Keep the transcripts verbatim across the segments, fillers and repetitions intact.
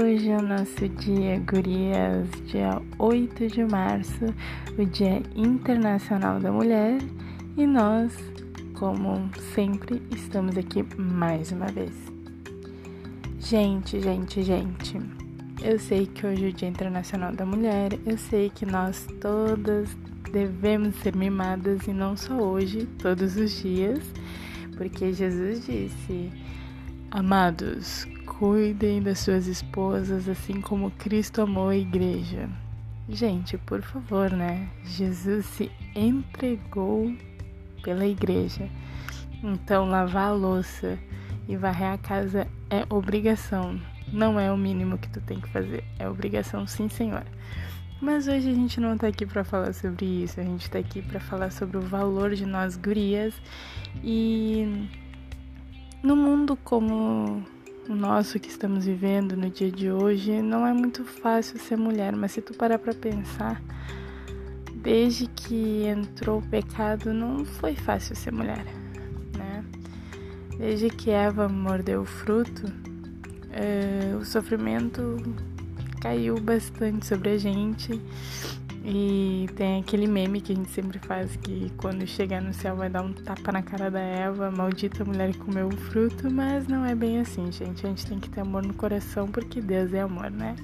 Hoje é o nosso dia, gurias, dia oito de março, o Dia Internacional da Mulher, e nós, como sempre, estamos aqui mais uma vez. Gente, gente, gente, eu sei que hoje é o Dia Internacional da Mulher, eu sei que nós todas devemos ser mimadas, e não só hoje, todos os dias, porque Jesus disse: amados, cuidem das suas esposas assim como Cristo amou a igreja. Gente, por favor, né? Jesus se entregou pela igreja. Então, lavar a louça e varrer a casa é obrigação. Não é o mínimo que tu tem que fazer. É obrigação, sim, senhora. Mas hoje a gente não tá aqui pra falar sobre isso. A gente tá aqui pra falar sobre o valor de nós gurias. E no mundo como o nosso que estamos vivendo no dia de hoje, não é muito fácil ser mulher, mas se tu parar pra pensar, desde que entrou o pecado, não foi fácil ser mulher, né? Desde que Eva mordeu o fruto, é, o sofrimento caiu bastante sobre a gente. E tem aquele meme que a gente sempre faz, que quando chegar no céu vai dar um tapa na cara da Eva, maldita mulher que comeu o fruto, mas não é bem assim, gente. A gente tem que ter amor no coração, porque Deus é amor, né?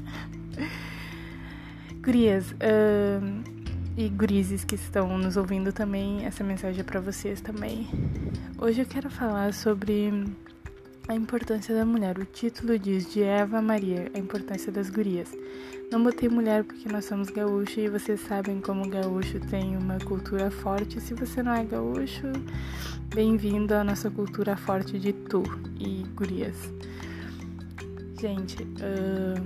Gurias, uh, e gurizes que estão nos ouvindo também, essa mensagem é pra vocês também. Hoje eu quero falar sobre a importância da mulher. O título diz de Eva a Maria, a importância das gurias. Não botei mulher porque nós somos gaúchos e vocês sabem como o gaúcho tem uma cultura forte. Se você não é gaúcho, bem-vindo à nossa cultura forte de tu e gurias. Gente, uh,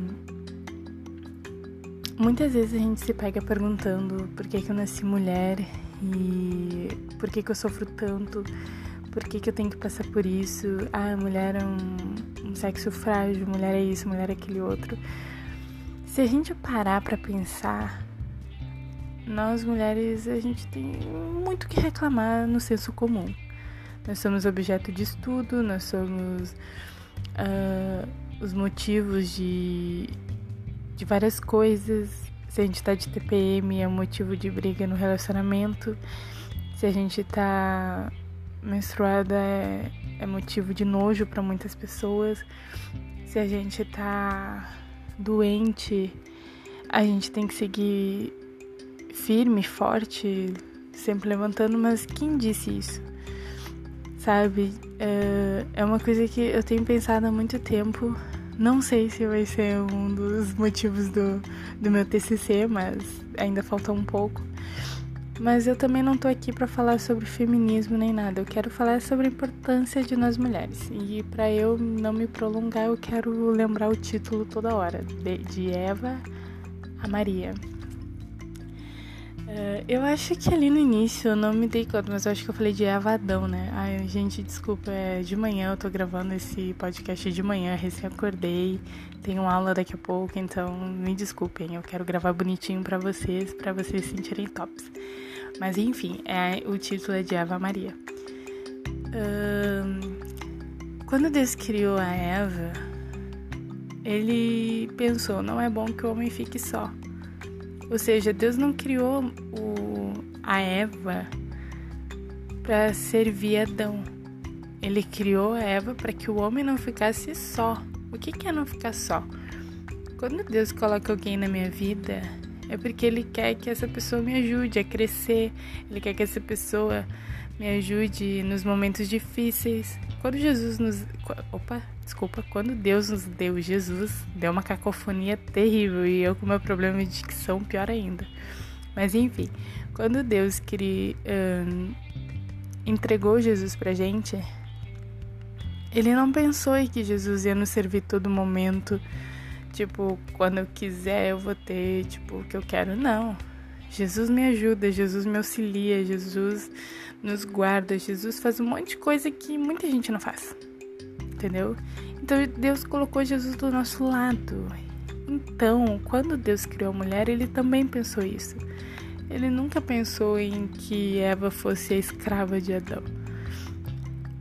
muitas vezes a gente se pega perguntando por que que eu nasci mulher e por que que eu sofro tanto, por que que eu tenho que passar por isso. Ah, mulher é um, um sexo frágil, mulher é isso, mulher é aquele outro. Se a gente parar pra pensar, nós mulheres, a gente tem muito que reclamar no senso comum. Nós somos objeto de estudo, nós somos uh, os motivos de, de várias coisas. Se a gente tá de T P M, é um motivo de briga no relacionamento. Se a gente tá menstruada, é, é motivo de nojo pra muitas pessoas. Se a gente tá doente, a gente tem que seguir firme, forte, sempre levantando. Mas quem disse isso? Sabe? É, é uma coisa que eu tenho pensado há muito tempo. Não sei se vai ser um dos motivos do, do meu T C C, mas ainda falta um pouco. Mas eu também não tô aqui pra falar sobre feminismo nem nada. Eu quero falar sobre a importância de nós mulheres. E pra eu não me prolongar, eu quero lembrar o título toda hora. De, de Eva a Maria. Uh, eu acho que ali no início eu não me dei conta, mas eu acho que eu falei de Eva Adão, né? Ai, gente, desculpa, é de manhã, eu tô gravando esse podcast de manhã, recém acordei, tenho aula daqui a pouco, então me desculpem, eu quero gravar bonitinho pra vocês, pra vocês se sentirem tops. Mas enfim, é, o título é de Eva Maria. Uh, quando Deus criou a Eva, ele pensou, não é bom que o homem fique só. Ou seja, Deus não criou o, a Eva para servir Adão. Ele criou a Eva para que o homem não ficasse só. O que, que é não ficar só? Quando Deus coloca alguém na minha vida, é porque Ele quer que essa pessoa me ajude a crescer. Ele quer que essa pessoa me ajude nos momentos difíceis. Quando Jesus nos... Opa, desculpa. Quando Deus nos deu Jesus, deu uma cacofonia terrível. E eu com meu problema de dicção, pior ainda. Mas enfim, quando Deus queria, um, entregou Jesus pra gente, Ele não pensou em que Jesus ia nos servir todo momento. Tipo, quando eu quiser eu vou ter, tipo, o que eu quero. Não. Jesus me ajuda, Jesus me auxilia, Jesus nos guarda, Jesus faz um monte de coisa que muita gente não faz, entendeu? Então Deus colocou Jesus do nosso lado. Então, quando Deus criou a mulher, Ele também pensou isso. Ele nunca pensou em que Eva fosse a escrava de Adão.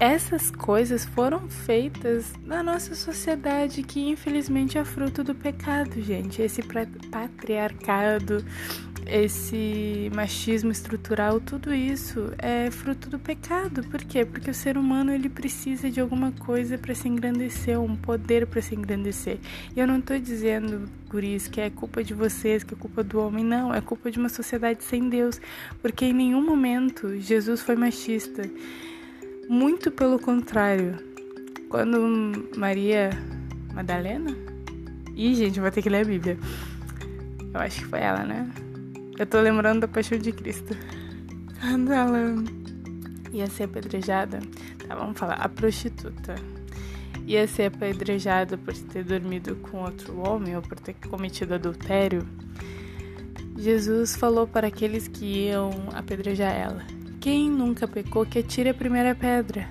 essas coisas foram feitas na nossa sociedade, que infelizmente é fruto do pecado, gente. Esse patriarcado, esse machismo estrutural, tudo isso é fruto do pecado. Por quê? Porque o ser humano, ele precisa de alguma coisa para se engrandecer, um poder para se engrandecer. E eu não tô dizendo, guris, que é culpa de vocês, que é culpa do homem, não. É culpa de uma sociedade sem Deus, porque em nenhum momento Jesus foi machista. Muito pelo contrário. Quando Maria Madalena... Ih, gente, vou ter que ler a Bíblia. Eu acho que foi ela, né? Eu tô lembrando da Paixão de Cristo. Quando ela ia ser apedrejada, tá, vamos falar, a prostituta ia ser apedrejada por ter dormido com outro homem ou por ter cometido adultério, Jesus falou para aqueles que iam apedrejar ela: quem nunca pecou, que atire a primeira pedra.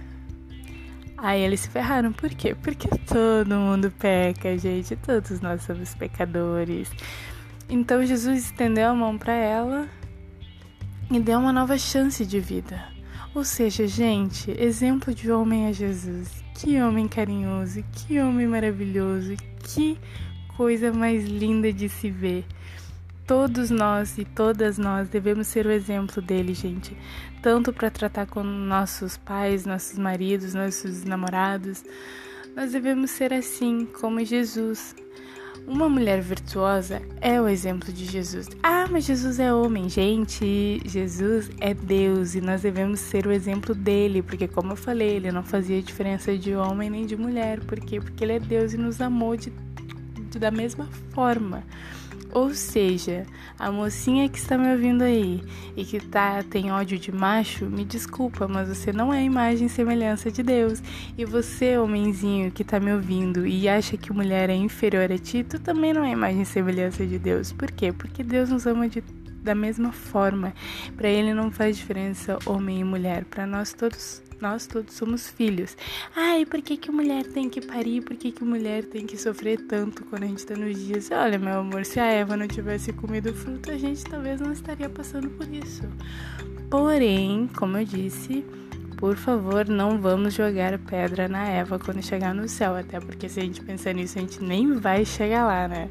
Aí eles se ferraram. Por quê? Porque todo mundo peca, gente. Todos nós somos pecadores. Então Jesus estendeu a mão para ela e deu uma nova chance de vida. Ou seja, gente, exemplo de homem é Jesus. Que homem carinhoso, que homem maravilhoso, que coisa mais linda de se ver. Todos nós e todas nós devemos ser o exemplo dele, gente. Tanto para tratar com nossos pais, nossos maridos, nossos namorados. Nós devemos ser assim, como Jesus. Uma mulher virtuosa é o exemplo de Jesus. Ah, mas Jesus é homem. Gente, Jesus é Deus e nós devemos ser o exemplo dele. Porque, como eu falei, ele não fazia diferença de homem nem de mulher. Por quê? Porque ele é Deus e nos amou de, de, da mesma forma. Ou seja, a mocinha que está me ouvindo aí e que tá, tem ódio de macho, me desculpa, mas você não é a imagem e semelhança de Deus. E você, homenzinho que tá me ouvindo e acha que mulher é inferior a ti, tu também não é a imagem e semelhança de Deus. Por quê? Porque Deus nos ama de, da mesma forma. Para ele não faz diferença homem e mulher. Para nós todos... Nós todos somos filhos. Ai, por que que mulher tem que parir? Por que que mulher tem que sofrer tanto quando a gente tá nos dias? Olha, meu amor, se a Eva não tivesse comido o fruto, a gente talvez não estaria passando por isso. Porém, como eu disse, por favor, não vamos jogar pedra na Eva quando chegar no céu. Até porque se a gente pensar nisso, a gente nem vai chegar lá, né?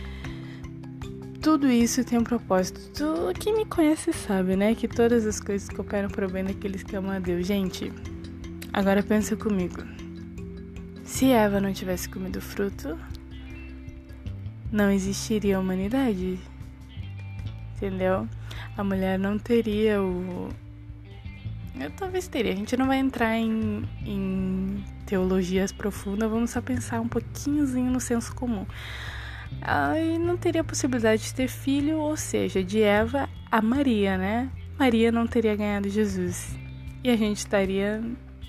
Tudo isso tem um propósito. Tu, quem me conhece sabe, né? Que todas as coisas cooperam para o bem daqueles que amam a Deus. Gente, agora pensa comigo. Se Eva não tivesse comido o fruto, não existiria a humanidade. Entendeu? A mulher não teria o... Eu talvez teria. A gente não vai entrar em, em teologias profundas. Vamos só pensar um pouquinhozinho no senso comum. Aí não teria a possibilidade de ter filho, ou seja, de Eva a Maria, né? Maria não teria ganhado Jesus. E a gente estaria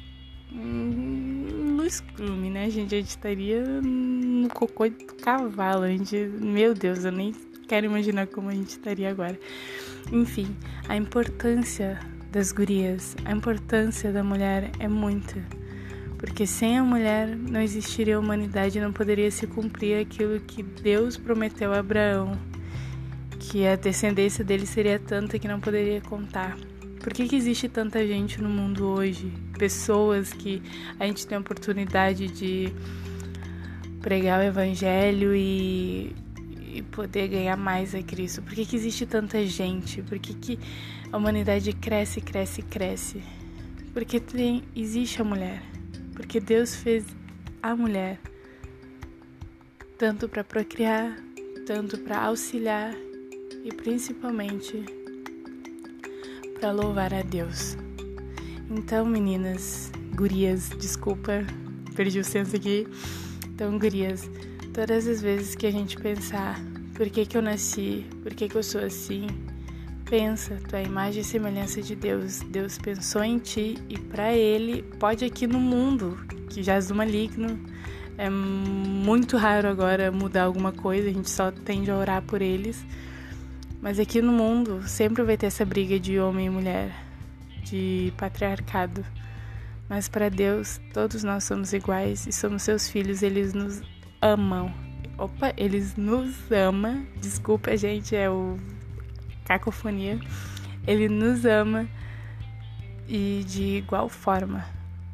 no escrume, né? A gente, a gente estaria no cocô do cavalo. A gente, meu Deus, eu nem quero imaginar como a gente estaria agora. Enfim, a importância das gurias, a importância da mulher é muita. Porque sem a mulher não existiria a humanidade, não poderia se cumprir aquilo que Deus prometeu a Abraão, que a descendência dele seria tanta que não poderia contar. Por que que existe tanta gente no mundo hoje? Pessoas que a gente tem a oportunidade de pregar o evangelho e, e poder ganhar mais a Cristo. Por que que existe tanta gente? Por que que a humanidade cresce, cresce, cresce? Porque tem, existe a mulher. Porque Deus fez a mulher tanto para procriar, tanto para auxiliar e principalmente para louvar a Deus. Então, meninas, gurias, desculpa, perdi o senso aqui. Então, gurias, todas as vezes que a gente pensar por que que eu nasci, por que que eu sou assim, pensa, tu é a imagem e semelhança de Deus. Deus pensou em ti e pra Ele, pode aqui no mundo, que jaz do maligno, é muito raro agora mudar alguma coisa, a gente só tende a orar por eles. Mas aqui no mundo sempre vai ter essa briga de homem e mulher, de patriarcado. Mas para Deus, todos nós somos iguais e somos seus filhos, eles nos amam. Opa, eles nos amam. Desculpa, gente, é o... cacofonia. Ele nos ama e de igual forma.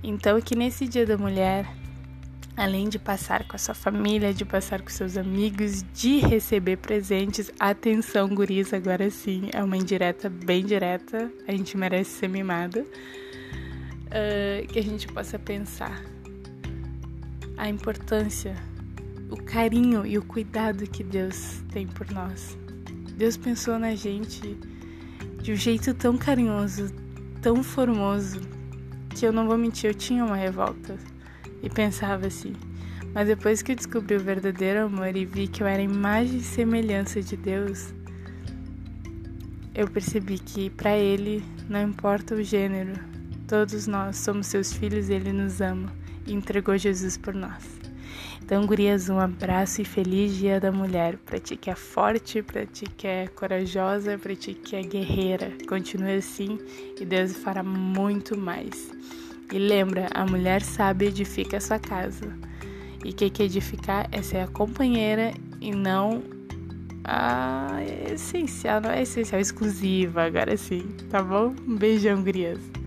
Então, aqui nesse Dia da Mulher, além de passar com a sua família, de passar com seus amigos, de receber presentes, atenção, guris, agora sim, é uma indireta bem direta, a gente merece ser mimada, uh, que a gente possa pensar a importância, o carinho e o cuidado que Deus tem por nós. Deus pensou na gente de um jeito tão carinhoso, tão formoso, que eu não vou mentir, eu tinha uma revolta e pensava assim, mas depois que eu descobri o verdadeiro amor e vi que eu era imagem e semelhança de Deus, eu percebi que para Ele não importa o gênero, todos nós somos seus filhos e Ele nos ama e entregou Jesus por nós. Então, gurias, um abraço e feliz Dia da Mulher. Pra ti que é forte, pra ti que é corajosa, pra ti que é guerreira. Continue assim e Deus fará muito mais. E lembra, a mulher sábia edifica a sua casa. E que que edificar é ser a companheira e não a essencial, não é essencial, exclusiva, agora sim, tá bom? Um beijão, gurias.